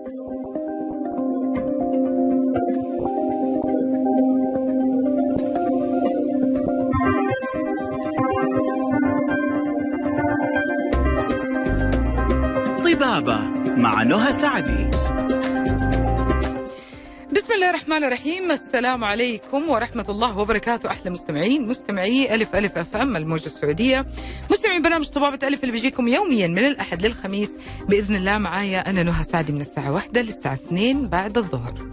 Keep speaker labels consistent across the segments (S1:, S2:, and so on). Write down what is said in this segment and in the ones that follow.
S1: طبابة مع نهى سعدي.
S2: بسم الله الرحمن الرحيم. السلام عليكم ورحمة الله وبركاته. أحلى مستمعي ألف أف أم الموجة السعودية، مستمعين برنامج طبابة ألف اللي بيجيكم يوميا من الأحد للخميس بإذن الله. معايا أنا نهى سعدي من الساعة 1 للساعة 2 بعد الظهر.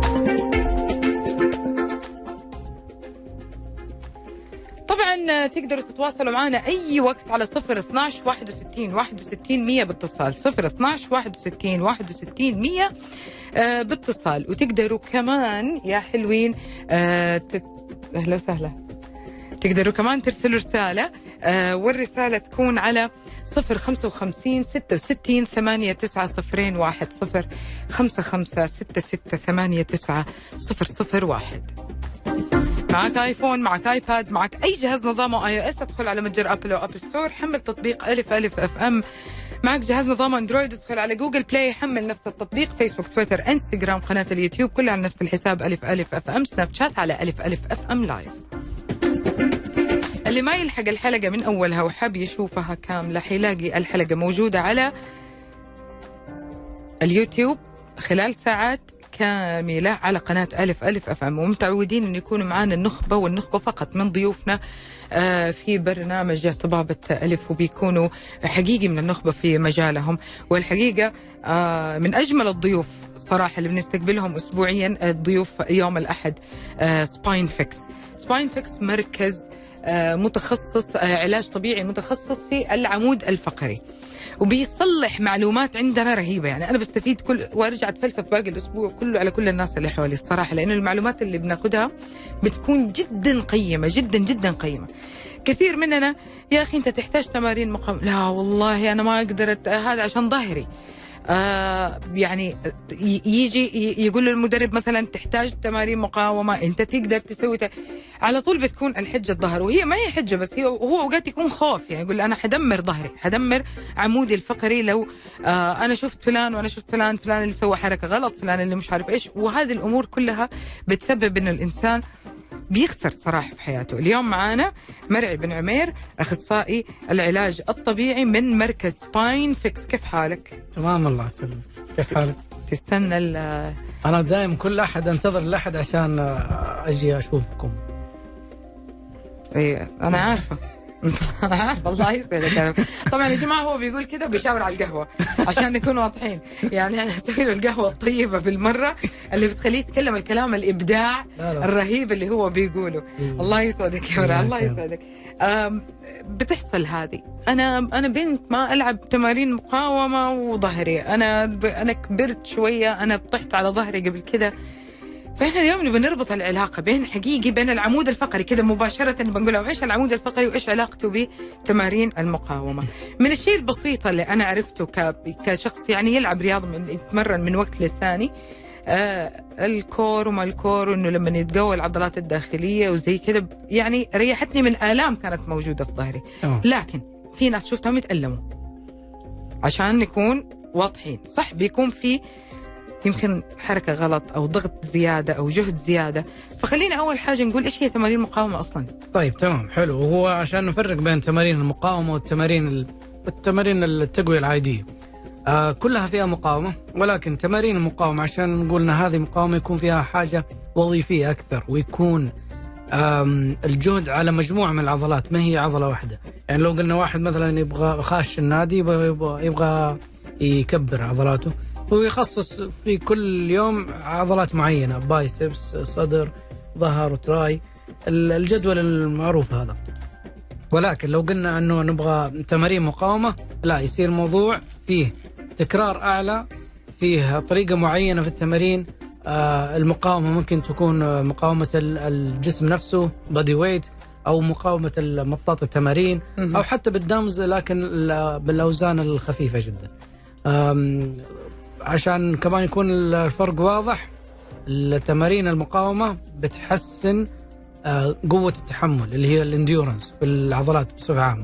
S2: طبعا تقدروا تتواصلوا معنا أي وقت على 012 61 61 100 باتصال، 012 61 61 100 باتصال. وتقدروا كمان يا حلوين أهلا وسهلا، تقدروا كمان ترسلوا رسالة والرسالة تكون على 055 66 8901 055 66 8901. معك ايفون، معك ايباد، معك اي جهاز نظامه اي او اس، ادخل على متجر ابل او ابل ستور، حمل تطبيق الف اف ام. معك جهاز نظام اندرويد، ادخل على جوجل بلاي، حمل نفس التطبيق. فيسبوك، تويتر، انستغرام، قناة اليوتيوب كلها على نفس الحساب الف اف ام. سناب شات على الف اف ام لايف. اللي ما يلحق الحلقة من اولها وحاب يشوفها كاملة حيلاقي الحلقة موجودة على اليوتيوب خلال ساعات كاملة على قناة ألف أف أم. ومتعودين أن يكونوا معنا النخبة والنخبة فقط من ضيوفنا في برنامج طبابة ألف، وبيكونوا حقيقي من النخبة في مجالهم. والحقيقة من أجمل الضيوف صراحة اللي بنستقبلهم أسبوعيا الضيوف يوم الأحد سباين فيكس مركز متخصص علاج طبيعي متخصص في العمود الفقري، وبيصلح معلومات عندنا رهيبة. يعني أنا بستفيد وارجع أتفلسف باقي الأسبوع كله على كل الناس اللي حولي الصراحة، لأن المعلومات اللي بناخدها بتكون جدا قيمة، جدا جدا قيمة. كثير مننا يا أخي أنت تحتاج تمارين مقاومة، لا والله أنا ما أقدر، هذا عشان ظهري. يعني يجي يقول له المدرب مثلا تحتاج تمارين مقاومة، انت تقدر تسوي على طول بتكون الحجة الظهر، وهي ما هي حجة بس، هو اوقات يكون خوف. يعني يقول انا حدمر ظهري، حدمر عمودي الفقري لو انا شفت فلان وانا شفت فلان اللي سوى حركة غلط، فلان اللي مش عارف ايش. وهذه الامور كلها بتسبب ان الانسان بيخسر صراحة في حياته. اليوم معانا مرعي بن عمير، أخصائي العلاج الطبيعي من مركز سباين فيكس. كيف حالك؟
S3: تمام الله يسلمك. كيف حالك؟
S2: تستنى
S3: أنا دائم كل أحد أنتظر الأحد عشان أجي أشوفكم.
S2: إيه أنا عارفة. أنا عارفة الله يسعدك. طبعا يا جماعة هو بيقول كده بيشاور على القهوة عشان نكون واضحين. يعني أنا أسوي له القهوة الطيبة بالمرة اللي بتخليه يتكلم الكلام الإبداع الرهيب اللي هو بيقوله. الله يسعدك يا ورا، الله يسعدك. بتحصل هذه. أنا بنت ما ألعب تمارين مقاومة وظهري، أنا كبرت شوية، أنا طحت على ظهري قبل كده. فإحنا اليوم نبغى نربط العلاقة بين العمود الفقري كده مباشرة، بنقول لهم إيش العمود الفقري وإيش علاقته بتمارين المقاومة. من الشيء البسيط اللي أنا عرفته كشخص يعني يلعب رياضة، يتمرن من وقت للثاني، الكور وما الكور، إنه لما يتقوى العضلات الداخلية وزي كده، يعني ريحتني من آلام كانت موجودة في ظهري. لكن في ناس شفتهم يتألموا. عشان نكون واضحين، صح بيكون في يمكن حركة غلط أو ضغط زيادة أو جهد زيادة. فخلينا أول حاجة نقول إيش هي تمارين المقاومة أصلا.
S3: طيب تمام حلو. وهو عشان نفرق بين تمارين المقاومة والتمارين التقوية العادية، كلها فيها مقاومة، ولكن تمارين المقاومة عشان نقولنا هذه مقاومة يكون فيها حاجة وظيفية أكثر، ويكون الجهد على مجموعة من العضلات ما هي عضلة واحدة. يعني لو قلنا واحد مثلا يبغى خاش النادي يبغى يكبر عضلاته، هو يخصص في كل يوم عضلات معينة، بايسبس، صدر، ظهر، تراي، الجدول المعروف هذا. ولكن لو قلنا أنه نبغى تمارين مقاومة، لا، يصير موضوع فيه تكرار أعلى، فيه طريقة معينة في التمارين. المقاومة ممكن تكون مقاومة الجسم نفسه بودي ويت، أو مقاومة مطاط التمارين، أو حتى بالدمز لكن بالأوزان الخفيفة جدا. عشان كمان يكون الفرق واضح، التمارين المقاومة بتحسن قوة التحمل اللي هي الانديورنس في العضلات بصفة عامة.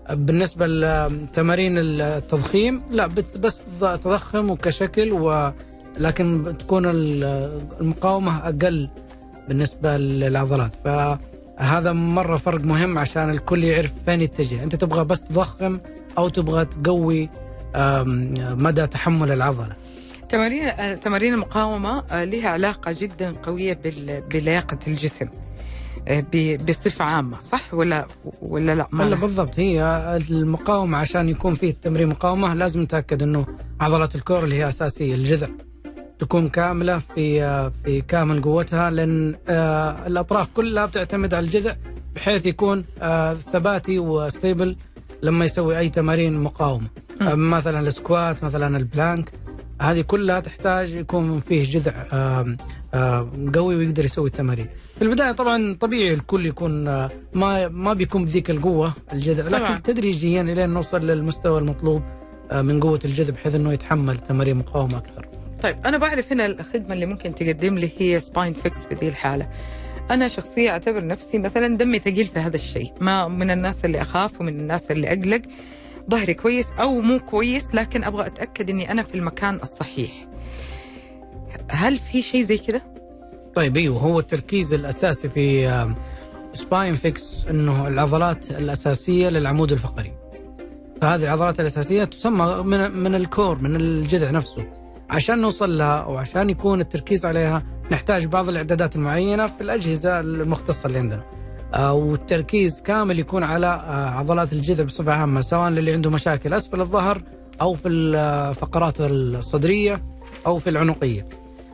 S3: بالنسبة لتمارين التضخيم لا، بس تضخم وكشكل لكن تكون المقاومة أقل بالنسبة للعضلات. فهذا مرة فرق مهم عشان الكل يعرف فين يتجه. أنت تبغى بس تضخم أو تبغى تقوي مدى تحمل العضلة.
S2: تمارين المقاومة لها علاقة جدا قوية بلياقة الجسم بصفة عامة، صح ولا لا؟
S3: لا بالضبط. هي المقاومة عشان يكون فيه تمرين مقاومة لازم نتأكد أنه عضلة الكور اللي هي أساسية الجذع تكون كاملة في كامل قوتها، لأن الأطراف كلها بتعتمد على الجذع بحيث يكون ثباتي وستيبل لما يسوي أي تمارين مقاومة. مثلا السكوات، مثلا البلانك، هذه كلها تحتاج يكون فيه جذع قوي ويقدر يسوي التمارين. في البداية طبعا طبيعي الكل يكون ما بيكون بذيك القوة الجذع، لكن تدريجيا إلين نوصل للمستوى المطلوب من قوة الجذع بحيث أنه يتحمل تمارين مقاومة أكثر.
S2: طيب أنا بعرف هنا الخدمة اللي ممكن تقدم لي هي سباين فيكس في ذي الحالة. أنا شخصية أعتبر نفسي مثلا دمي ثقيل في هذا الشيء، ما من الناس اللي أخاف ومن الناس اللي أقلق. ظهري كويس أو مو كويس، لكن أبغى أتأكد أني أنا في المكان الصحيح. هل في شيء زي كده؟
S3: طيب أيوه، هو التركيز الأساسي في سباين فيكس أنه العضلات الأساسية للعمود الفقري. فهذه العضلات الأساسية تسمى من الكور، من الجذع نفسه. عشان نوصل لها أو عشان يكون التركيز عليها نحتاج بعض الإعدادات المعينة في الأجهزة المختصة اللي عندنا، والتركيز كامل يكون على عضلات الجذع بصفة عامة، سواء للي عنده مشاكل أسفل الظهر أو في الفقرات الصدرية أو في العنقية.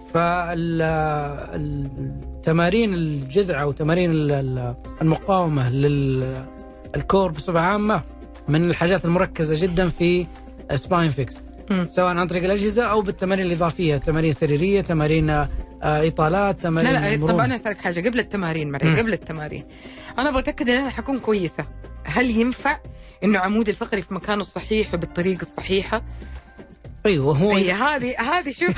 S3: فالتمارين الجذع أو تمارين المقاومة للكور بصفة عامة من الحاجات المركزة جدا في سباين فيكس، سواء عن طريق الأجهزة أو بالتمارين الإضافية، تمارين سريرية، تمارين إطالات، تمارين
S2: لا طب أنا أسألك حاجة قبل التمارين قبل التمارين أنا بتأكد إن أنا حكون كويسة. هل ينفع إنه عمود الفقري في مكانه الصحيح وبالطريقة الصحيحة؟
S3: ايوه هو
S2: هذه شوف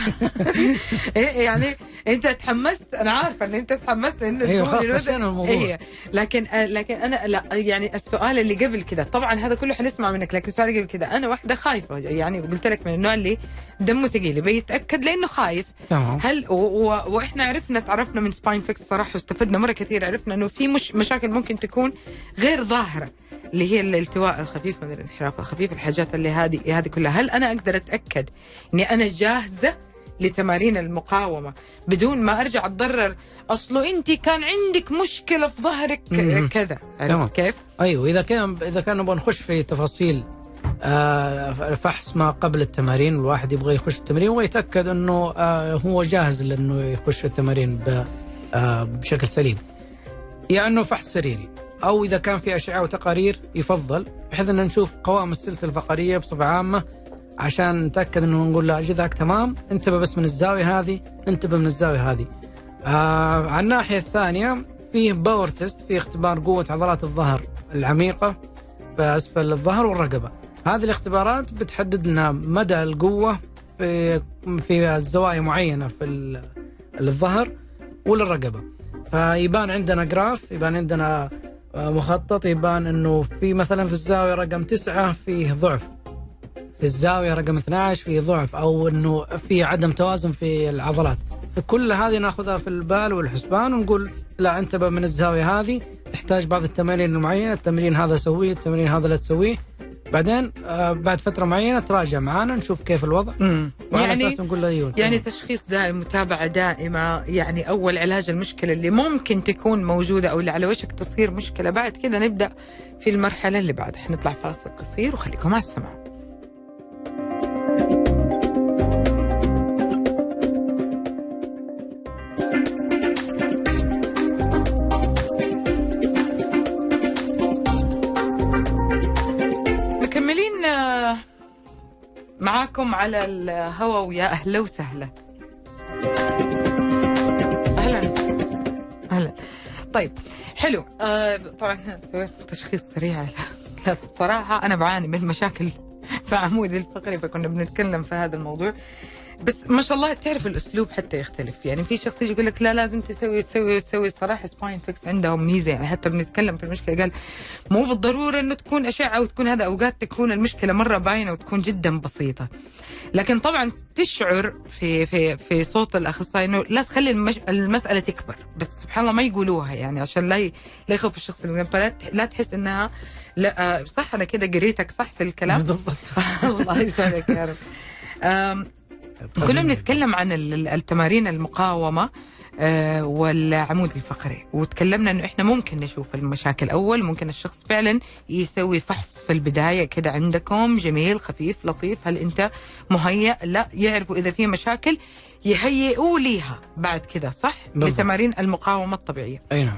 S2: يعني انت تحمست، انا عارفه ان انت تحمست ان
S3: ايوه خلاص الموضوع.
S2: إيه. لكن انا لا، يعني السؤال اللي قبل كده طبعا هذا كله حنسمع منك، لكن السؤال اللي قبل كده انا واحده خايفه، يعني قلت لك من النوع اللي دمه ثقيل بيتاكد لانه خايف.
S3: تمام.
S2: هل واحنا تعرفنا من سباين فيكس صراحه واستفدنا مره كثير، عرفنا انه في مشاكل ممكن تكون غير ظاهره اللي هي الالتواء الخفيف من الانحراف الخفيف، الحاجات اللي هذه كلها. هل أنا أقدر أتأكد أني أنا جاهزة لتمارين المقاومة بدون ما أرجع أتضرر؟ أصله أنت كان عندك مشكلة في ظهرك كذا، عرفت كيف؟
S3: أيوه، إذا كان نبغى نخش في تفاصيل فحص ما قبل التمارين، الواحد يبغى يخش التمرين ويتأكد أنه هو جاهز لأنه يخش التمارين بشكل سليم، يعني أنه فحص سريري، أو إذا كان في أشعة وتقارير يفضل، بحيث أن نشوف قوائم السلسلة الفقرية بصفة عامة عشان نتأكد أنه نقول لا جذعك تمام، انتبه بس من الزاوية هذه، انتبه من الزاوية هذه. على الناحية الثانية فيه باور تيست، فيه اختبار قوة عضلات الظهر العميقة في أسفل الظهر والرقبة. هذه الاختبارات بتحدد لنا مدى القوة في الزوايا معينة في الظهر وللرقبة. فيبان عندنا جراف، يبان عندنا مخطط، يبان انه في مثلا في الزاويه رقم 9 فيه ضعف، في الزاويه رقم 12 فيه ضعف، او انه في عدم توازن في العضلات. فكل هذه ناخذها في البال والحسبان ونقول لا انتبه من الزاويه هذه، تحتاج بعض التمارين المعينه، التمرين هذا سويه، التمرين هذا لا تسويه. بعدين بعد فتره معينه تراجع معانا نشوف كيف الوضع،
S2: يعني
S3: نقول له أيوه.
S2: يعني تشخيص دائم، متابعه دائمه، يعني اول علاج المشكله اللي ممكن تكون موجوده او اللي على وشك تصير مشكله، بعد كذا نبدا في المرحله اللي بعدها. حنطلع فاصل قصير وخليكم على السماع. معاكم على الهواء ويا أهلا وسهلا. أهلا. طيب حلو. طبعا سويت تشخيص سريع. الصراحة أنا بعاني من مشاكل في عمودي الفقري، فكنا بنتكلم في هذا الموضوع. بس ما شاء الله تعرف الاسلوب حتى يختلف. يعني في شخص يجي يقول لك لا لازم تسوي صراحه سباين فيكس عندهم ميزه. يعني حتى بنتكلم في المشكله قال مو بالضروره انه تكون اشعه وتكون هذا، اوقات تكون المشكله مره باينه وتكون جدا بسيطه. لكن طبعا تشعر في صوت الاخصائي انه لا تخلي المساله تكبر، بس سبحان الله ما يقولوها يعني عشان لا يخوف الشخص اللي جنبه، لا تحس انها لا صح. انا كده قريتك صح في الكلام بالضبط. الله يسعدك يا رب. كنا بنتكلم عن التمارين المقاومة والعمود الفقري، وتكلمنا انه احنا ممكن نشوف المشاكل اول. ممكن الشخص فعلا يسوي فحص في البداية كده عندكم جميل خفيف لطيف، هل انت مهيأ؟ لا، يعرفوا اذا في مشاكل يهيئوا ليها بعد كده صح لتمارين المقاومة الطبيعية.
S3: اي نعم.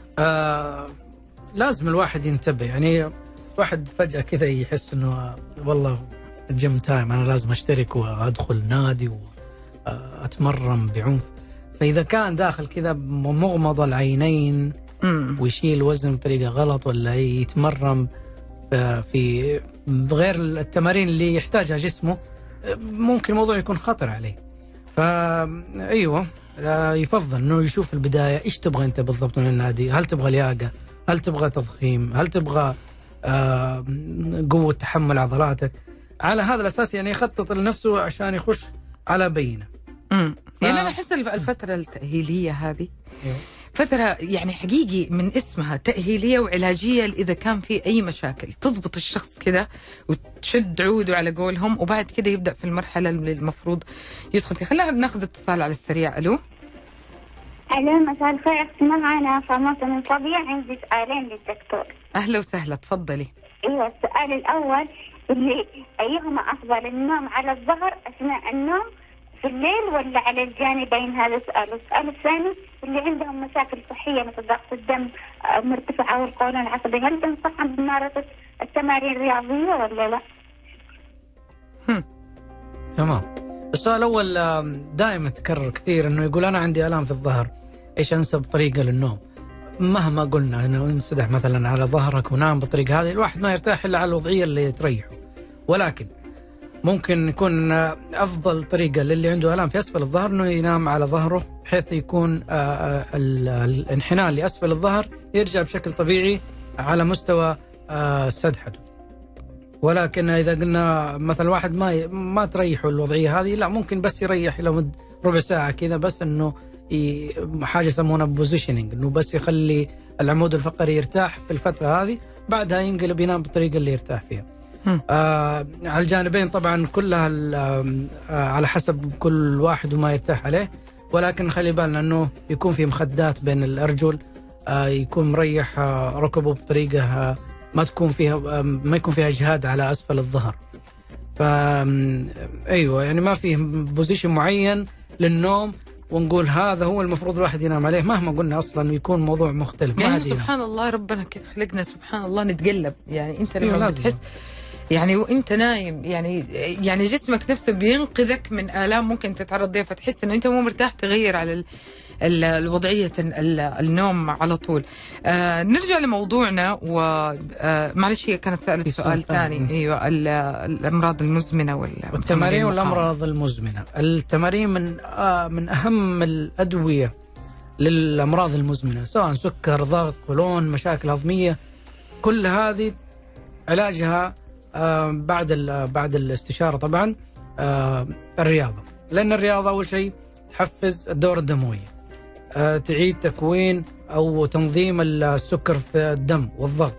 S3: لازم الواحد ينتبه. يعني الواحد فجأة كذا يحس انه والله الجيم تايم أنا لازم أشترك وأدخل نادي وأتمرن بعنف. فإذا كان داخل كذا مغمض العينين ويشيل وزن بطريقة غلط، ولا يتمرن في غير التمارين اللي يحتاجها جسمه، ممكن الموضوع يكون خطر عليه. فأيوة يفضل أنه يشوف البداية إيش تبغى أنت بالضبط من النادي. هل تبغى لياقة؟ هل تبغى تضخيم؟ هل تبغى قوة تحمل عضلاتك؟ على هذا الأساس يعني يخطط لنفسه عشان يخش على بينة.
S2: يعني أنا أحس الفترة التأهيلية هذه فترة يعني حقيقي من اسمها تأهيلية وعلاجية، إذا كان في أي مشاكل تضبط الشخص كده وتشد عوده على قولهم، وبعد كده يبدأ في المرحلة اللي المفروض يدخل فيها. خلينا ناخذ اتصال على السريع. ألو
S4: مساء الخير. اسمها معنا فاطمة من طبيعة. عندي سؤالين للدكتور.
S2: أهلا وسهلا، تفضلي.
S4: أيوة، السؤال الأول اللي أيهما أفضل، النوم على الظهر أثناء النوم في الليل ولا على الجانبين؟ هذا السؤال. والسؤال الثاني اللي عندهم مشاكل صحية مثل ضغط الدم مرتفع أو القولون العصبي، هل تنصحهم بممارسة التمارين الرياضية ولا لا؟
S3: تمام. السؤال الأول دائما تكرر كثير إنه يقول أنا عندي آلام في الظهر، إيش أنسب طريقة للنوم؟ مهما قلنا إنه انسدح مثلا على ظهرك ونام بالطريقة هذه، الواحد ما يرتاح إلا على الوضعية اللي تريحه. ولكن ممكن يكون أفضل طريقة للي عنده آلام في أسفل الظهر إنه ينام على ظهره، بحيث يكون الانحناء لأسفل الظهر يرجع بشكل طبيعي على مستوى سدحته. ولكن إذا قلنا مثلا واحد ما تريحه الوضعية هذه، لا، ممكن بس يريح لمدة ربع ساعة كذا، بس إنه حاجة يسمونها بوزيشنينج، إنه بس يخلي العمود الفقري يرتاح في الفترة هذه، بعدها ينقلب ينام بالطريقة اللي يرتاح فيها. على الجانبين طبعا كلها على حسب كل واحد وما يرتاح عليه، ولكن خلي بالنا انه يكون في مخدات بين الارجل، يكون مريح ركبه بطريقه ما يكون فيها اجهاد على اسفل الظهر. ايوه يعني ما في بوزيشن معين للنوم ونقول هذا هو المفروض الواحد ينام عليه، مهما قلنا اصلا يكون موضوع مختلف.
S2: يعني سبحان الله ربنا كده خلقنا سبحان الله نتقلب. يعني انت لما بتحس يعني وانت نايم يعني جسمك نفسه بينقذك من آلام ممكن تتعرض لها، فتحس انه انت مو مرتاح تغير على الوضعية النوم على طول. نرجع لموضوعنا، ومعلش هي كانت سألت سؤال ثاني. ايوه الامراض المزمنة
S3: والتمارين والامراض المزمنة. التمارين من اهم الادوية للامراض المزمنة، سواء سكر، ضغط، قولون، مشاكل هضمية، كل هذه علاجها بعد الاستشارة طبعا الرياضة. لأن الرياضة أول شيء تحفز الدورة الدموية، تعيد تكوين أو تنظيم السكر في الدم والضغط،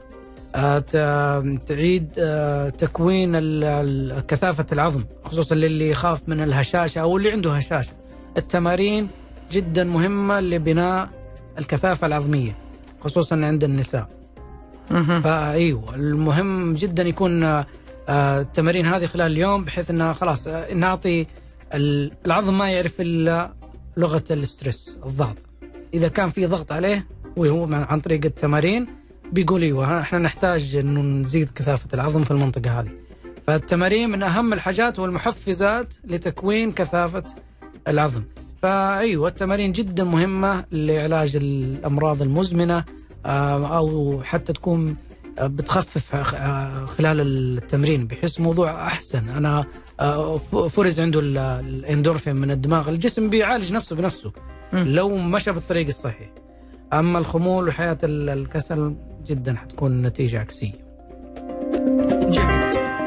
S3: تعيد تكوين كثافة العظم، خصوصا للي يخاف من الهشاشة أو اللي عنده هشاشة. التمارين جدا مهمة لبناء الكثافة العظمية خصوصا عند النساء. فأيوه المهم جدا يكون التمارين هذه خلال اليوم، بحيث انها خلاص نعطي العظم ما يعرف الا لغة الاسترس، الضغط. اذا كان في ضغط عليه وهو عن طريق التمارين بيقول ايوه احنا نحتاج انه نزيد كثافة العظم في المنطقة هذه. فالتمارين من اهم الحاجات والمحفزات لتكوين كثافة العظم. فايوه التمارين جدا مهمة لعلاج الامراض المزمنة، أو حتى تكون بتخفف خلال التمرين، بحيث موضوع أحسن. أنا فرز عنده الاندورفين من الدماغ، الجسم بيعالج نفسه بنفسه لو مشى بالطريق الصحيح. أما الخمول وحياة الكسل جدا حتكون نتيجة عكسية.
S2: جميل.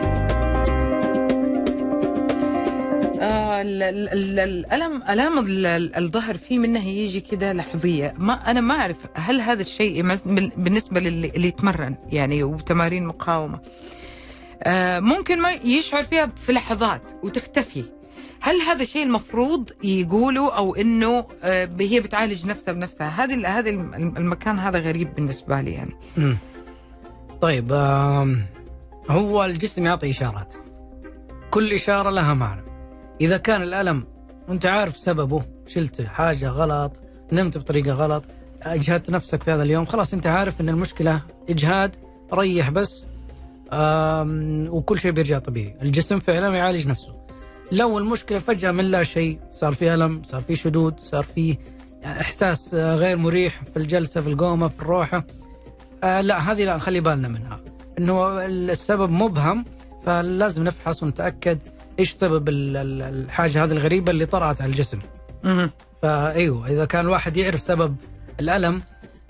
S2: الألم الظهر فيه منها يجي كده لحظية، أنا ما أعرف هل هذا الشيء بالنسبة اللي يتمرن يعني وتمارين مقاومة ممكن ما يشعر فيها في لحظات وتختفي، هل هذا الشيء المفروض يقولوا أو إنه هي بتعالج نفسها بنفسها؟ هذا المكان هذا غريب بالنسبة لي يعني.
S3: طيب هو الجسم يعطي إشارات، كل إشارة لها معنى. إذا كان الألم وأنت عارف سببه، شلت حاجة غلط، نمت بطريقة غلط، أجهدت نفسك في هذا اليوم، خلاص أنت عارف أن المشكلة إجهاد، ريح بس وكل شيء بيرجع طبيعي. الجسم فعلا يعالج نفسه. لو المشكلة فجأة من لا شيء صار فيه ألم، صار فيه شدود، صار فيه يعني إحساس غير مريح في الجلسة، في القومة، في الروحة، لا هذه لا نخلي بالنا منها، إنه السبب مبهم، فلازم نفحص ونتأكد إيش سبب الحاجة هذه الغريبة اللي طرأت على الجسم. فأيوه إذا كان الواحد يعرف سبب الألم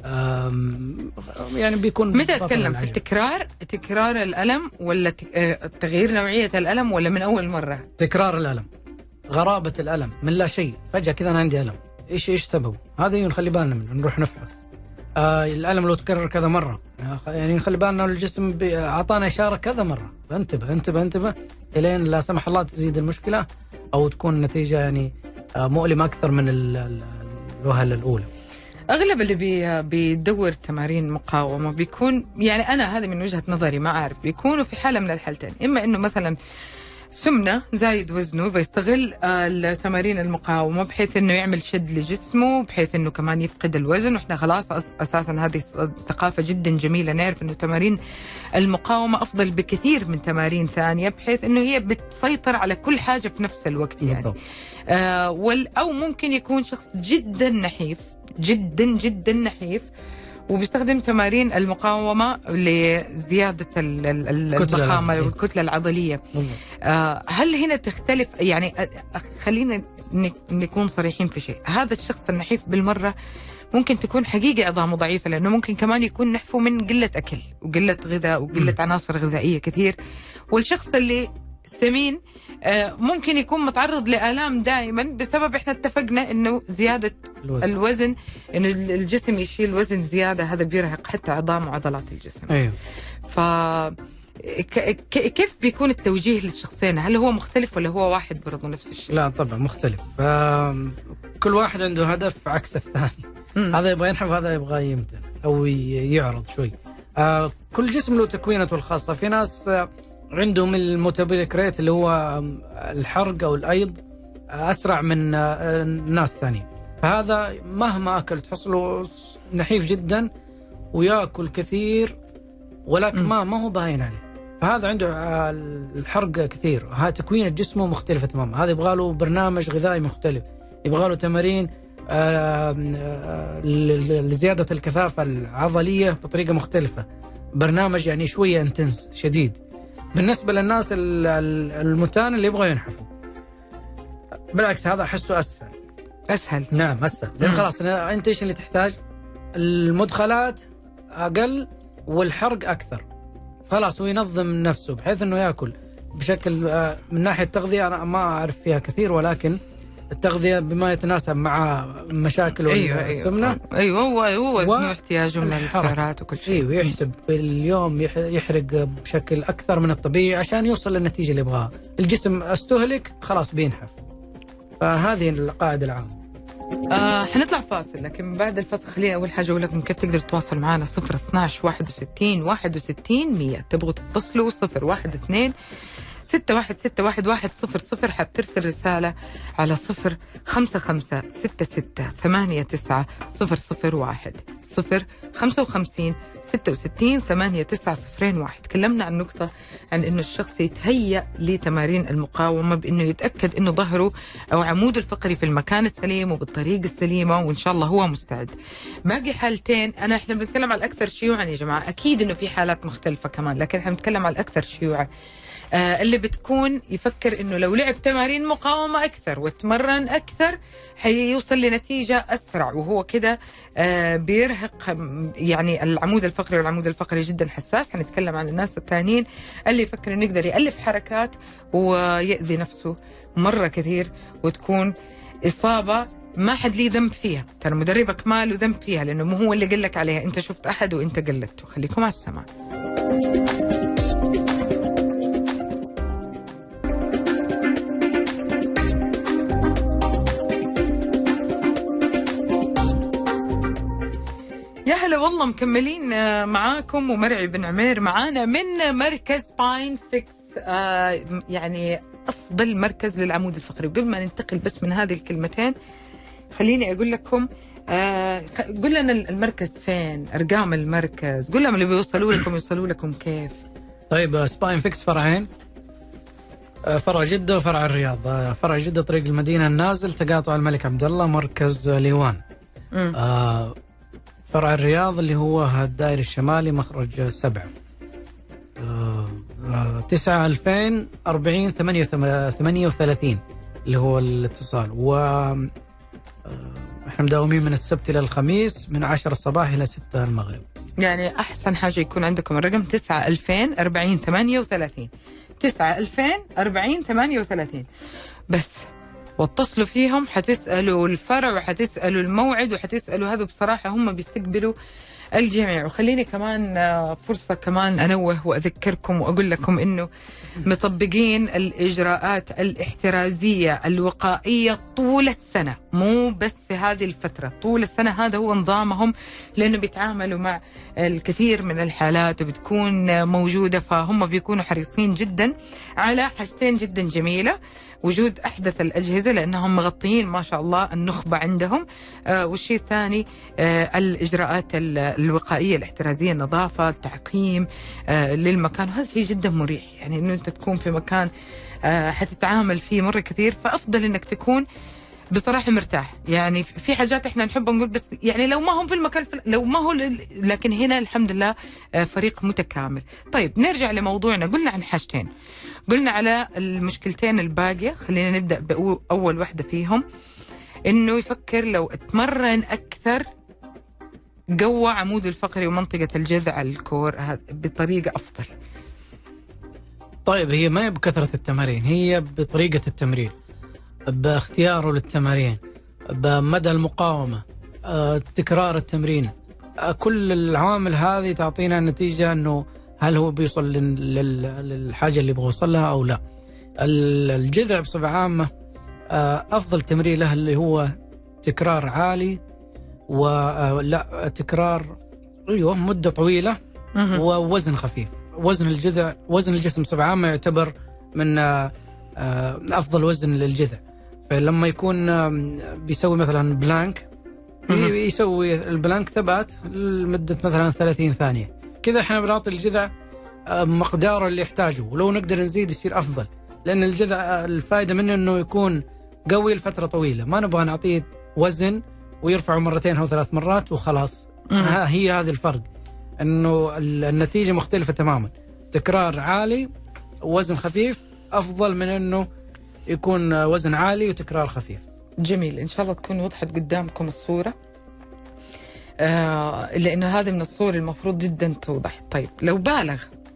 S3: يعني بيكون
S2: متى أتكلم في تكرار الألم ولا تغيير نوعية الألم ولا من أول مرة؟
S3: تكرار الألم، غرابة الألم من لا شيء، فجأة كذا أنا عندي ألم، إيش سببه؟ هذا نخلي بالنا منه، نروح نفحص. الألم لو تكرر كذا مرة يعني نخلي بالنا الجسم أعطانا إشارة كذا مرة، فانتبه إلين لا سمح الله تزيد المشكلة أو تكون النتيجة يعني مؤلمة أكثر من الوهلة الأولى.
S2: أغلب اللي بيدور تمارين مقاومة بيكون يعني أنا هذا من وجهة نظري ما أعرف، بيكونوا في حالة من الحالتين، إما إنه مثلا سمنة زايد وزنه بيستغل التمارين المقاومة بحيث إنه يعمل شد لجسمه بحيث إنه كمان يفقد الوزن، وإحنا خلاص أساسا هذه ثقافة جدا جميلة، نعرف إنه تمارين المقاومة أفضل بكثير من تمارين ثانية بحيث إنه هي بتسيطر على كل حاجة في نفس الوقت يعني. أو ممكن يكون شخص جدا نحيف جدا نحيف وبيستخدم تمارين المقاومة لزيادة الضخامة والكتلة العضلية. هل هنا تختلف يعني؟ خلينا نكون صريحين في شيء، هذا الشخص النحيف بالمرة ممكن تكون حقيقة عظامه ضعيفة، لأنه ممكن كمان يكون نحفه من قلة أكل وقلة غذاء وقلة عناصر غذائية كثير. والشخص اللي سمين ممكن يكون متعرض لآلام دائما بسبب احنا اتفقنا انه زيادة الوزن انه الجسم يشيل وزن زيادة، هذا بيرهق حتى عظام وعضلات الجسم.
S3: ايوه.
S2: كيف بيكون التوجيه للشخصين؟ هل هو مختلف ولا هو واحد برضو نفس الشيء؟
S3: لا طبعا مختلف، كل واحد عنده هدف عكس الثاني. هذا يبغى ينحف، هذا يبغى يمتن او يعرض شوي. كل جسم له تكوينته الخاصة. في ناس عندهم الميتابوليك ريت اللي هو الحرق أو الأيض أسرع من الناس ثانيين، فهذا مهما أكل تحصله نحيف جدا ويأكل كثير ولكن ما هو باين عليه، فهذا عنده الحرق كثير. هاي تكوين جسمه مختلفة تماما، هذا يبغى له برنامج غذائي مختلف، يبغى له تمارين لزيادة الكثافة العضلية بطريقة مختلفة، برنامج يعني شوية انتنس شديد. بالنسبة للناس المتان اللي يبغوا ينحفوا بالعكس هذا أحسه أسهل. نعم أسهل، لأن خلاص أنت إيش اللي تحتاج؟ المدخلات أقل والحرق أكثر، خلاص هو ينظم نفسه بحيث أنه يأكل بشكل من ناحية التغذية أنا ما أعرف فيها كثير، ولكن التغذية بما يتناسب مع مشاكل السمنة.
S2: أيوة هو وزنه احتياجه من السعرات وكل شيء.
S3: أيوة يحسب في اليوم يحرق بشكل أكثر من الطبيعي عشان يوصل للنتيجة اللي يبغاها. الجسم استهلك خلاص بينحف، فهذه القاعدة العامة.
S2: حنطلع فاصل، لكن بعد الفاصل خلينا أول حاجة أقول لكم كيف تقدر تتواصل معنا. 012 61 160 تبغوا تتصلوا 012 61611100. حاب ترسل رسالة على 055 66 89 001 055 66 8901. تكلمنا عن نقطة عن إنه الشخص يتهيأ لتمارين المقاومة بإنه يتأكد إنه ظهره أو عموده الفقري في المكان السليم وبالطريقة السليمة، وإن شاء الله هو مستعد. باقي حالتين إحنا بنتكلم على الأكثر شيوعا يا جماعة، أكيد إنه في حالات مختلفة كمان، لكن إحنا بنتكلم على الأكثر شيوعا. اللي بتكون يفكر إنه لو لعب تمارين مقاومة أكثر وتمرن أكثر حيوصل لنتيجة أسرع، وهو كده بيرهق يعني العمود الفقري، والعمود الفقري جدا حساس. هنتكلم عن الناس الثانيين اللي يفكر إنه يقدر يألف حركات ويأذي نفسه مرة كثير، وتكون إصابة ما حد ليه ذنب فيها. ترى مدربك ما له ذنب فيها، لأنه مو هو اللي قال لك عليها، أنت شفت أحد وأنت قلدته. خليكم على السماع. يا هلا والله، مكملين معاكم ومرعي بن عمير معانا من مركز سباين فيكس، يعني أفضل مركز للعمود الفقري. وقبل ما ننتقل بس من هذه الكلمتين خليني أقول لكم، قل لنا المركز فين، أرقام المركز، قل لهم اللي بيوصلوا لكم يوصلوا لكم كيف.
S3: طيب سباين فيكس فرعين، فرع جدة وفرع الرياض. فرع جدة طريق المدينة النازل تقاطع الملك عبد الله مركز ليوان. فرع الرياض اللي هو الدائري الشمالي مخرج 7 9/2000/40/38 اللي هو الاتصال. و احنا مداومين من السبت إلى الخميس من 10 الصباح إلى 6 المغرب.
S2: يعني أحسن حاجة يكون عندكم الرقم 9/2000/40/38 9/2000/40/38 بس، واتصلوا فيهم، حتسألوا الفرع وحتسألوا الموعد وحتسألوا هذا. بصراحة هم بيستقبلوا الجميع. وخليني كمان فرصة كمان أنوه وأذكركم وأقول لكم إنه مطبقين الإجراءات الاحترازية الوقائية طول السنة، مو بس في هذه الفترة، طول السنة. هذا هو نظامهم، لأنه بيتعاملوا مع الكثير من الحالات وبتكون موجودة، فهم بيكونوا حريصين جدا على حاجتين جدا جميلة: وجود أحدث الأجهزة لأنهم مغطيين ما شاء الله النخبة عندهم، والشيء الثاني الإجراءات الوقائية الاحترازية، النظافة، التعقيم للمكان. وهذا شيء جدا مريح، يعني إنه أنت تكون في مكان حتتعامل فيه مرة كثير، فأفضل إنك تكون بصراحة مرتاح. يعني في حاجات إحنا نحب نقول بس يعني لو ما هم في المكان لو ما هو، لكن هنا الحمد لله فريق متكامل. طيب نرجع لموضوعنا. قلنا عن حاجتين، قلنا على المشكلتين الباقية. خلينا نبدأ بأول واحدة فيهم، إنه يفكر لو اتمرن أكثر قوى عمود الفقري ومنطقة الجذع الكور بطريقة أفضل.
S3: طيب هي ما هي بكثرة التمارين، هي بطريقة التمرين، باختياره للتمارين، بمدى المقاومة، تكرار التمرين. كل العوامل هذه تعطينا النتيجة أنه هل هو بيوصل للحاجة اللي يبغى يوصل لها أو لا. الجذع بصفة عامة أفضل تمرين له اللي هو تكرار عالي، ولا تكرار مدة طويلة ووزن خفيف. وزن الجذع، وزن الجسم بصفة عامة يعتبر من أفضل وزن للجذع. فلما يكون بيسوي مثلا بلانك، يسوي البلانك ثبات لمدة مثلا 30 ثانية كذا، احنا بنعطي الجذع مقداره اللي يحتاجه، ولو نقدر نزيد يصير أفضل، لأن الجذع الفائدة منه أنه يكون قوي لفترة طويلة. ما نبغى نعطيه وزن ويرفعه مرتين أو 3 مرات وخلاص. هي هذا الفرق، أنه النتيجة مختلفة تماما. تكرار عالي ووزن خفيف أفضل من أنه يكون وزن عالي وتكرار خفيف.
S2: جميل، إن شاء الله تكون وضحت قدامكم الصورة، لأنه هذا من الصور المفروض جدا توضح. طيب لو بالغ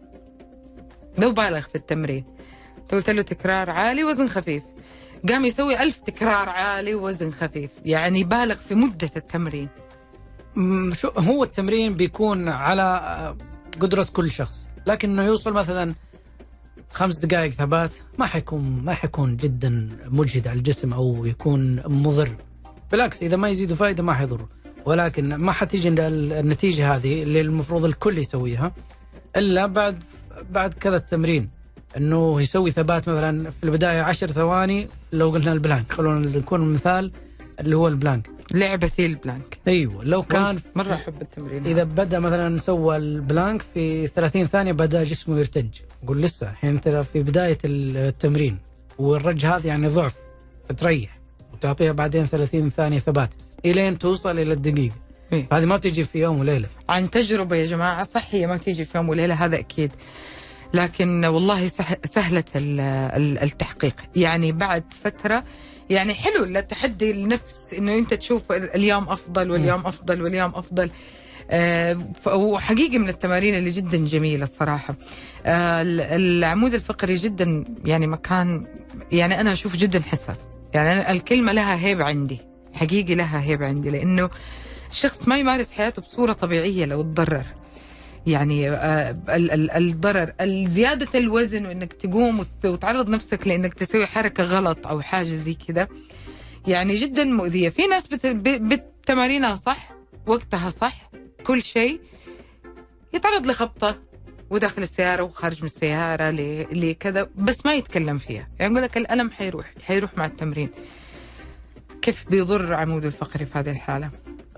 S2: في التمرين، قلت له تكرار عالي وزن خفيف، قام يسوي 1000 تكرار عالي ووزن خفيف، يعني بالغ في مدة التمرين.
S3: شو هو التمرين بيكون على قدرة كل شخص، لكنه يوصل مثلا 5 دقائق ثبات ما حيكون جدا مجهد على الجسم أو يكون مضر. بالعكس، إذا ما يزيد فائدة ما حيضره، ولكن ما حتيجي النتيجة هذه اللي المفروض الكل يسويها إلا بعد كذا التمرين، أنه يسوي ثبات مثلا في البداية 10 ثواني. لو قلنا البلانك، خلونا نكون مثال اللي هو البلانك،
S2: لعبة البلانك.
S3: أيوة، لو كان
S2: مرة أحب التمرين.
S3: إذا بدأ مثلا سوى البلانك في 30 ثانية بدأ جسمه يرتج، قول لسه الحين أنت في بداية التمرين، والرج هذا يعني ضعف، فتريح وتعطيها بعدين 30 ثانية ثبات إلين توصل إلى الدقيقة. هذه ما بتيجي في يوم وليلة،
S2: عن تجربة يا جماعة. صح، هي ما تيجي في يوم وليلة، هذا أكيد. لكن والله سهلة التحقيق. يعني بعد فترة يعني حلو التحدي النفس، إنه أنت تشوف اليوم أفضل واليوم أفضل واليوم أفضل. وحقيقي من التمارين اللي جدا جميلة الصراحة. العمود الفقري جدا يعني مكان، يعني أنا أشوف جدا حساس. يعني أنا الكلمة لها هيبة عندي، حقيقي لها هيبة عندي، لأنه الشخص ما يمارس حياته بصورة طبيعية لو تضرر. يعني الضرر، زيادة الوزن، وإنك تقوم وتعرض نفسك لإنك تسوي حركة غلط أو حاجة زي كده، يعني جدا مؤذية. في ناس بتمارينها صح، وقتها صح، كل شيء، يتعرض لخبطة وداخل السيارة وخارج من السيارة لكذا، بس ما يتكلم فيها. يعني يقول لك الألم حيروح مع التمرين. كيف بيضر عمود الفقري في هذه الحالة؟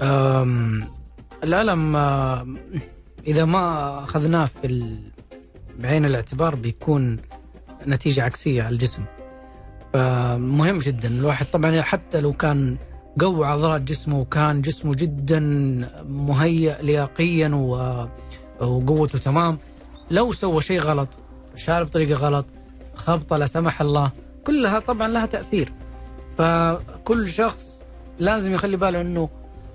S3: الألم إذا ما أخذناه بعين الاعتبار بيكون نتيجة عكسية على الجسم. فمهم جدا الواحد طبعا حتى لو كان قوي عضلات جسمه وكان جسمه جدا مهيأ لياقيا وقوته تمام، لو سوى شيء غلط، شارب بطريقة غلط، خبطة لا سمح الله، كلها طبعا لها تأثير. فكل شخص لازم يخلي باله أنه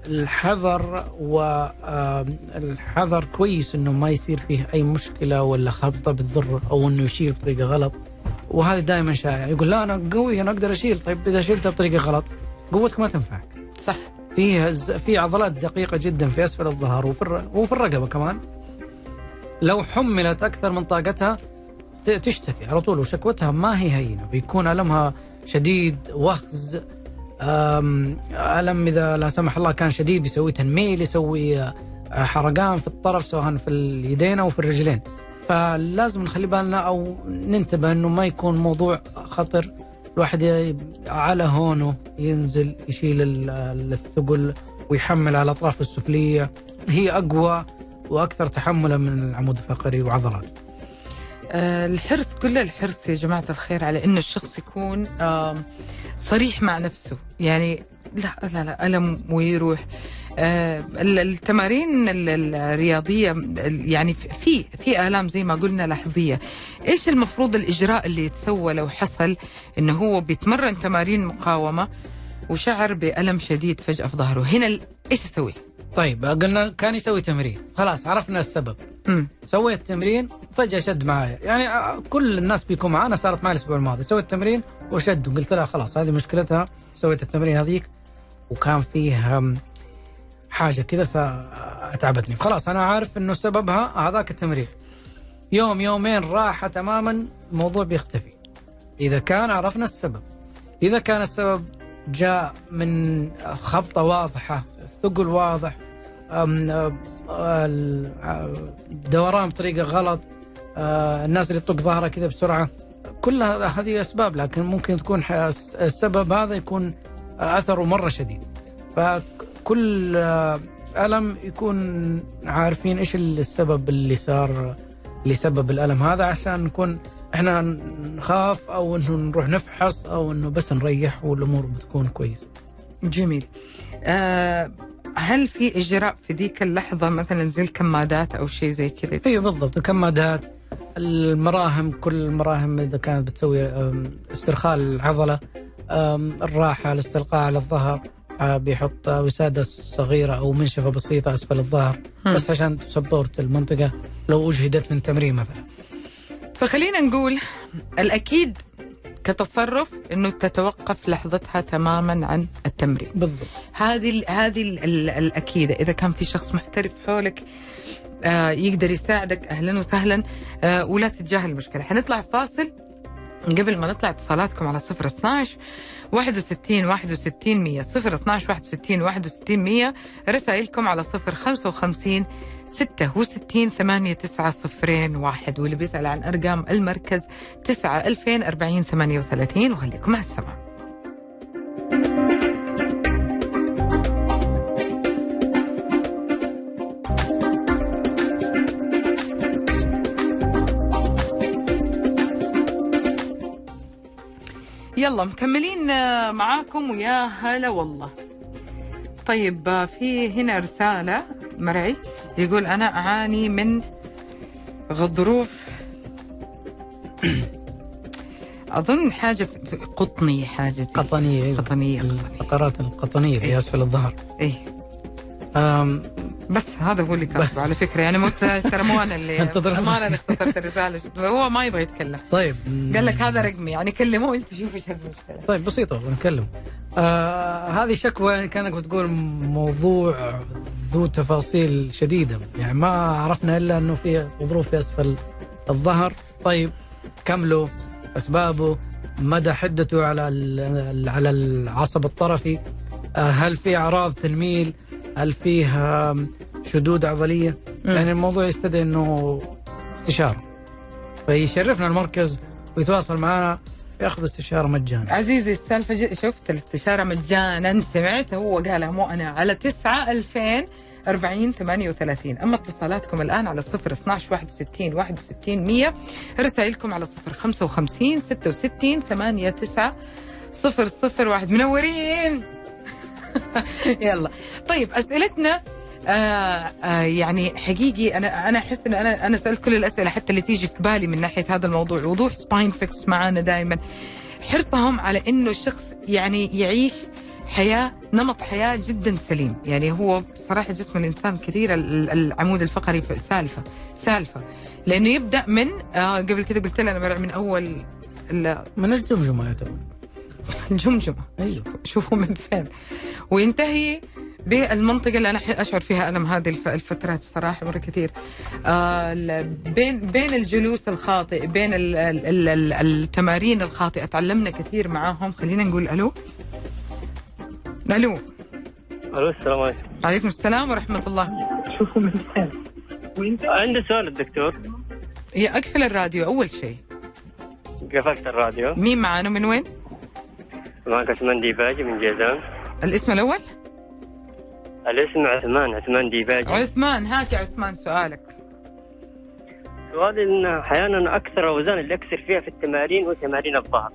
S3: الحذر كويس انه ما يصير فيه اي مشكله ولا خبطه بتضر او انه يشيل بطريقه غلط. وهذا دائما شائع، يقول لا انا قوي انا اقدر اشيل. طيب اذا شيلتها بطريقه غلط قوتك ما تنفعك.
S2: صح.
S3: في عضلات دقيقه جدا في اسفل الظهر وفي الرقبه كمان، لو حملت اكثر من طاقتها تشتكي على طول، وشكوتها ما هي هينه، بيكون المها شديد، وخز، ألم إذا لا سمح الله كان شديد بيسوي تنميل، يسوي حرقان في الطرف سواء في اليدين أو في الرجلين. فلازم نخلي بالنا أو ننتبه أنه ما يكون موضوع خطر. الواحد على هونه ينزل يشيل الثقل ويحمل على الأطراف السفلية، هي أقوى وأكثر تحملا من العمود الفقري وعضلات.
S2: الحرص، كل الحرص يا جماعة الخير على إنه الشخص يكون صريح مع نفسه. يعني لا ألم ويروح. التمارين الرياضية يعني في آلام زي ما قلنا لحظية. إيش المفروض الإجراء اللي يتسوى لو حصل إنه هو بيتمرن تمارين مقاومة وشعر بألم شديد فجأة في ظهره؟ هنا إيش يسوي؟
S3: طيب قلنا كان يسوي تمرين، خلاص عرفنا السبب. سويت تمرين فجأة شد معايا، يعني كل الناس بيكون معانا، صارت معي الأسبوع الماضي سويت تمرين وشد، وقلت لها خلاص هذه مشكلتها، سويت التمرين هذيك وكان فيه حاجة كذا أتعبتني، خلاص أنا عارف إنه سببها هذاك التمرين. يوم يومين راحة تماما الموضوع بيختفي إذا كان عرفنا السبب. إذا كان السبب جاء من خبطة واضحة، ثقل واضح، دوران بطريقة غلط، الناس اللي تطق ظهرها كذا بسرعة، كل هذه أسباب. لكن ممكن تكون السبب هذا يكون أثره مرة شديد. فكل ألم يكون عارفين إيش السبب اللي صار لسبب الألم هذا، عشان نكون إحنا نخاف أو إنه نروح نفحص أو إنه بس نريح والأمور بتكون كويس.
S2: جميل. هل في إجراء في ذيك اللحظة مثلا زي الكمادات أو شيء زي كذا؟
S3: أيوة بالضبط، الكمادات، المراهم، كل المراهم إذا كانت بتسوي استرخاء العضلة، الراحة، الاستلقاء على الظهر، بيحط وسادة صغيرة أو منشفة بسيطة أسفل الظهر بس عشان تسبورت المنطقة لو أجهدت من تمرين مثلا.
S2: فخلينا نقول الأكيد كتصرف إنه تتوقف لحظتها تماما عن التمرين.
S3: بالضبط.
S2: هذه الأكيدة. إذا كان في شخص محترف حولك يقدر يساعدك، أهلا وسهلا، ولا تتجاهل المشكلة. حنطلع فاصل. قبل ما نطلع اتصالاتكم على 012 61 61 100 012 61 61 100، رسائلكم على 055 66 8901، واللي بيسأل عن أرقام المركز 9 2000 40 38. وخليكم مع السماع. يلا مكملين معاكم ويا هلا والله. طيب في هنا رسالة مرعي يقول أنا أعاني من غضروف أظن حاجة قطنية، حاجة زي
S3: قطنية.
S2: قطنية.
S3: الفقرات القطنية اللي
S2: إيه.
S3: أسفل الظهر.
S2: إيه. بس هذا هو اللي كاتبه على فكرة، يعني مو ترى مو أنا اللي اختصرت الرسالة، هو ما يبغى يتكلم.
S3: طيب
S2: قال لك هذا رقمي، يعني كلموه أنت شوف إيش المشكلة.
S3: طيب بسيطة ونكلم. هذه شكوى، يعني كانك بتقول موضوع ذو تفاصيل شديدة، يعني ما عرفنا إلا أنه في غضروف في أسفل الظهر. طيب كملوا أسبابه، مدى حدته على العصب الطرفي، هل في أعراض تنميل، هل فيه شدود عضلية. يعني الموضوع يستدعي أنه استشارة، فيشرفنا المركز ويتواصل معنا ياخذ استشارة مجانا.
S2: عزيزي السالفة شفت الاستشارة مجانا، سمعت هو قالها مو أنا، على 9/2040-38. أما اتصالاتكم الآن على 012-61-61-100، رسائلكم على 055-66-89-001. منورين. يلا طيب أسئلتنا يعني حقيقي أنا أحس إن أنا سألت كل الأسئلة حتى اللي تيجي في بالي من ناحية هذا الموضوع. وضوح سباين فيكس معانا دائما حرصهم على إنه الشخص يعني يعيش نمط حياة جدا سليم. يعني هو بصراحة جسم الإنسان كثير العمود الفقري سالفة لأنه يبدأ من قبل كده قلت لنا مرة من أول
S3: من الجمجمة يعتبر
S2: الجمجمة.
S3: أيوه.
S2: شوفوا من فين وينتهي بالمنطقة اللي أنا أشعر فيها ألم هذه الفترات بصراحة مرة كثير. بين الجلوس الخاطئ، بين التمارين الخاطئة تعلمنا كثير معاهم. خلينا نقول ألو.
S5: السلام عليكم.
S2: عليكم السلام ورحمة الله.
S5: شوفوا من فين. عندي سؤال الدكتور.
S2: أقفل الراديو أول شيء.
S5: قفلت الراديو.
S2: مين معانا من وين؟
S5: معك عثمان ديباجي من جيزان.
S2: الاسم الأول؟
S5: الاسم عثمان ديباجي.
S2: عثمان، هات يا عثمان سؤالك.
S5: سؤالي إن أحيانا أكثر أوزان اللي أكثر فيها في التمارين وتمارين الظهر.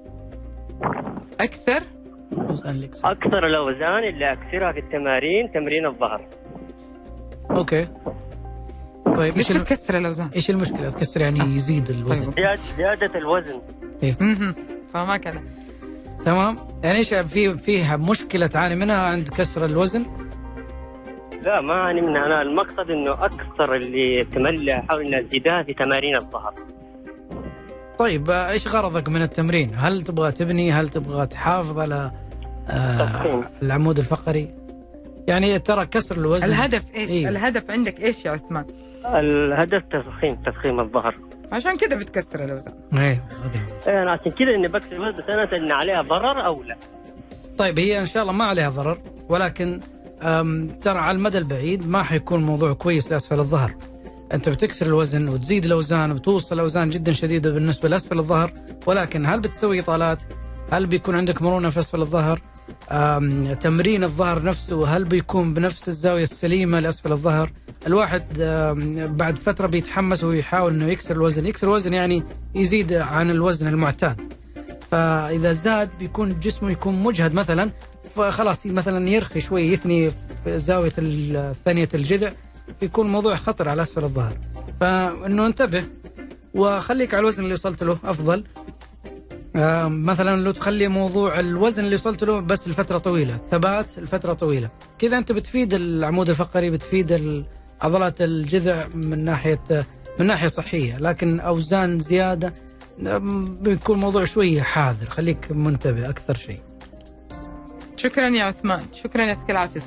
S2: أكثر
S5: الأوزان اللي أكثرها في التمارين تمرين الظهر.
S3: أوكي. طيب
S2: ليش تكسر الأوزان؟
S3: إيش المشكلة؟ تكسر يعني يزيد الوزن.
S5: زيادة الوزن.
S3: إيه.
S2: فما كذا.
S3: تمام. يعني إيش فيها مشكلة تعاني منها عند كسر الوزن؟
S5: لا ما أعني منها، أنا المقصد إنه أكثر اللي تملي أحاول إن أزيدها في تمارين الظهر.
S3: طيب إيش غرضك من التمرين؟ هل تبغى تبني؟ هل تبغى تحافظ على العمود الفقري؟ يعني ترى كسر الوزن
S2: الهدف إيش؟ إيه؟ الهدف عندك إيش يا عثمان؟
S5: الهدف تضخيم الظهر.
S2: عشان كده بتكسر الأوزان.
S3: إيه
S5: أنا عشان كده إني بكسر الوزن، بس أنا إن عليها ضرر أو لا؟
S3: طيب هي إن شاء الله ما عليها ضرر، ولكن ترى على المدى البعيد ما حيكون موضوع كويس لأسفل الظهر. أنت بتكسر الوزن وتزيد الأوزان وتوصل أوزان جدا شديدة بالنسبة لأسفل الظهر، ولكن هل بتسوي إطالات؟ هل بيكون عندك مرونة في أسفل الظهر؟ تمرين الظهر نفسه هل بيكون بنفس الزاوية السليمة لأسفل الظهر؟ الواحد بعد فترة بيتحمس ويحاول أنه يكسر الوزن يعني يزيد عن الوزن المعتاد، فإذا زاد بيكون جسمه يكون مجهد مثلا، فخلاص مثلا يرخي شوي، يثني في زاوية ثانية الجذع، يكون موضوع خطر على أسفل الظهر. فإنه انتبه وخليك على الوزن اللي وصلت له أفضل. مثلا لو تخلي موضوع الوزن اللي وصلت له بس لفترة طويلة، ثبات الفترة طويلة، كذا أنت بتفيد العمود الفقري، بتفيد عضلات الجذع من ناحية صحية. لكن أوزان زيادة بيكون موضوع شوية حاذر، خليك منتبه أكثر شيء.
S2: شكرا يا عثمان، شكرا، يعطيك العافية.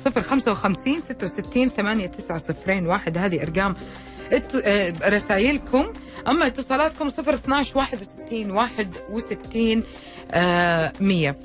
S2: 055-66-89-01 هذه أرقام رسائلكم. أما اتصالاتكم 012-61-61-100.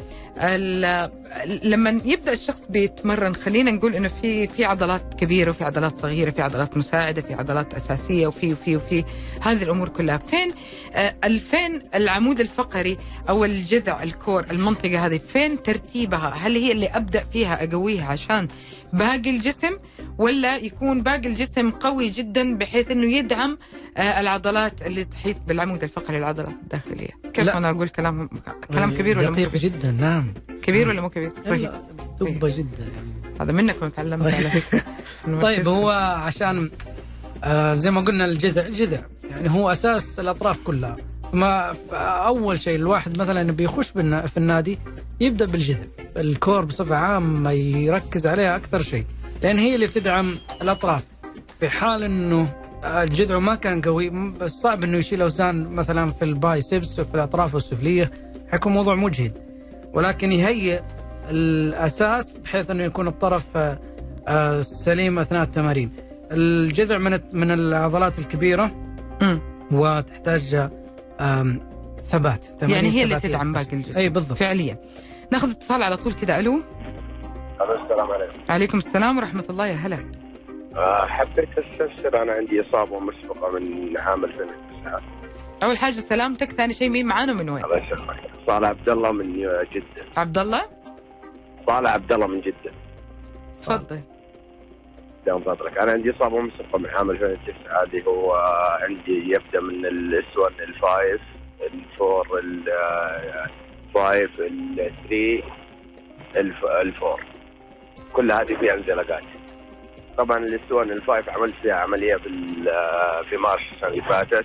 S2: لما يبدأ الشخص بيتمرن خلينا نقول إنه في عضلات كبيرة وفي عضلات صغيرة، في عضلات مساعدة، في عضلات أساسية، وفي هذه الأمور كلها. فين العمود الفقري أو الجذع الكور، المنطقة هذه فين ترتيبها؟ هل هي اللي أبدأ فيها أقويها عشان باقي الجسم، ولا يكون باقي الجسم قوي جدا بحيث إنه يدعم العضلات اللي تحيط بالعمود الفقري، العضلات الداخلية؟ كيف أنا أقول كلام كبير ولا
S3: دقيق جدا؟ نعم.
S2: كبير ولا مو كبير؟
S3: دقة جدا.
S2: هذا منكم تعلمت على فكرة.
S3: طيب هو عشان زي ما قلنا الجذع يعني هو أساس الأطراف كلها، ما أول شيء الواحد مثلا بيخش في النادي يبدأ بالجذع، الكور بصفة عامة يركز عليها أكثر شيء، لأن هي اللي بتدعم الأطراف. في حال إنه الجذع ما كان قوي صعب إنه يشيل أوزان مثلا في البايسبس وفي الأطراف السفلية، حيكون موضوع مجهد. ولكن يهيئ الأساس بحيث إنه يكون الطرف سليم أثناء التمارين. الجذع من العضلات الكبيرة وتحتاج ثبات،
S2: يعني هي اللي تدعم باقي الجسم.
S3: أي بالضبط
S2: فعليا. ناخذ اتصال على طول كذا. ألو.
S6: السلام عليكم.
S2: عليكم السلام ورحمة الله، يا هلا.
S6: حبيت استفسر، أنا عندي إصابة مسبقة من عام 2009.
S2: أول حاجة سلامتك، ثاني شيء مين معانا من وين؟
S6: الله يسلمك. صالح عبد الله من جدة.
S2: عبد الله؟
S6: صالح عبد الله من جدة.
S2: تفضل.
S6: دام فضلك، أنا عندي إصابة مسبقة من عام 2009 اللي هو عندي يبدأ من السون الفايف الفور الفايف الثري الفور، كل هذه فيها انزلاقات. طبعا الاسطوانة الفايف عملت فيها عملية في مارس السنة اللي فاتت.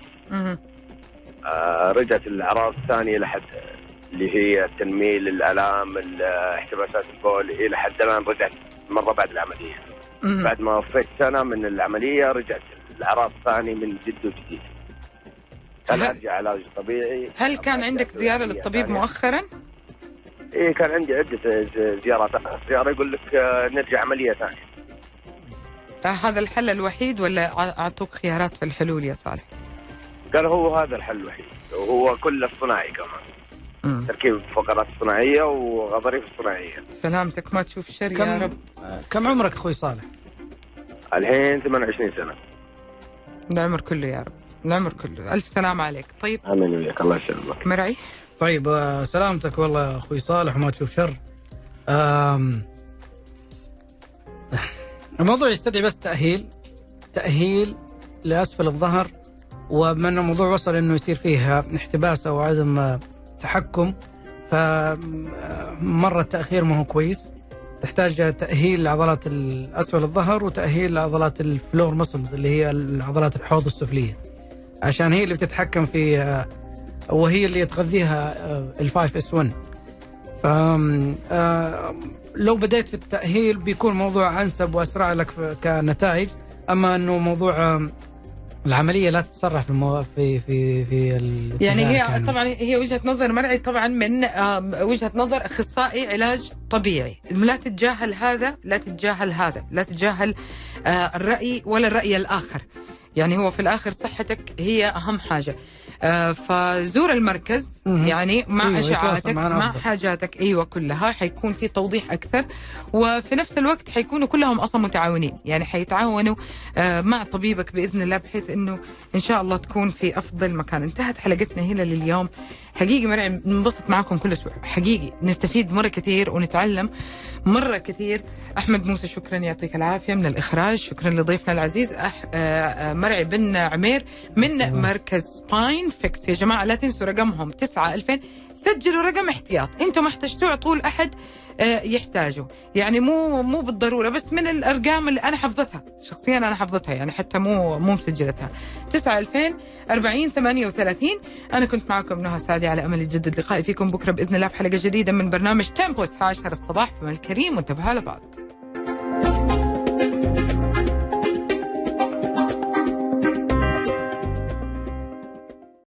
S6: رجعت الأعراض الثانية لحد اللي هي التنميل، الآلام، احتباسات البول، إلى حد الآن رجعت مرة بعد العملية. بعد ما وفيت سنة من العملية رجعت الأعراض الثانية من جد وجديد. هل أرجع علاج طبيعي؟
S2: هل كان عندك زيارة للطبيب مؤخرا؟
S6: إيه كان عندي عدة زيارات. زيارة يقول لك نرجع عملية ثانية.
S2: هذا الحل الوحيد ولا أعطوك خيارات في الحلول يا صالح؟
S6: قال هو هذا الحل الوحيد، وهو كله صناعي كمان. تركيب فقرات صناعية وغضاريف صناعية.
S2: سلامتك ما تشوف شر يا رب.
S3: كم عمرك أخوي صالح؟
S6: الحين 28 سنة.
S2: العمر كله يا رب، العمر كله. ألف سلام عليك. طيب
S6: آمين وياك، الله يسلمك.
S2: مرعي.
S3: طيب سلامتك والله أخوي صالح وما تشوف شر. الموضوع يستدعي بس تأهيل لأسفل الظهر، وبما أن الموضوع وصل أنه يصير فيه احتباس أو عدم تحكم، فمرة التأخير ما هو كويس. تحتاج تأهيل لعضلات أسفل الظهر وتأهيل لعضلات الفلور مسلز اللي هي عضلات الحوض السفلية، عشان هي اللي بتتحكم في وهي اللي يتغذيها ال5S1. لو بدأت في التأهيل بيكون موضوع أنسب وأسرع لك كنتائج. أما أنه موضوع العملية لا تتسرع في
S2: يعني هي طبعا هي وجهة نظر مرعي طبعا من وجهة نظر أخصائي علاج طبيعي. لا تتجاهل هذا، لا تتجاهل هذا، لا تتجاهل الرأي ولا الرأي الآخر. يعني هو في الآخر صحتك هي أهم حاجة. فزور المركز يعني مع إشعاعاتك مع حاجاتك كلها حيكون في توضيح أكثر، وفي نفس الوقت حيكونوا كلهم أصلا متعاونين، يعني حيتعاونوا مع طبيبك بإذن الله، بحيث أنه إن شاء الله تكون في أفضل مكان. انتهت حلقتنا هنا لليوم. حقيقي مرعي ننبسط معكم كل أسبوع، حقيقي نستفيد مرة كثير ونتعلم مرة كثير. أحمد موسى شكرا، يعطيك العافية من الإخراج. شكرا لضيفنا العزيز مرعي بن عمير من مركز سباين فيكس. يا جماعة لا تنسوا رقمهم 9,2000. سجلوا رقم احتياط، انتم ما احتجتوا طول أحد يحتاجوا، يعني مو بالضرورة، بس من الأرقام اللي أنا حفظتها شخصيا، أنا حفظتها يعني حتى مو مسجلتها. 9,2000 40 38. أنا كنت معكم نهى سعدي، على أمل يجدد لقائي فيكم بكرة بإذن الله في حلقة جديدة من برنامج تيمبو الساعة 10 الصباح. فمن الكريم وانتبهوا لبعض.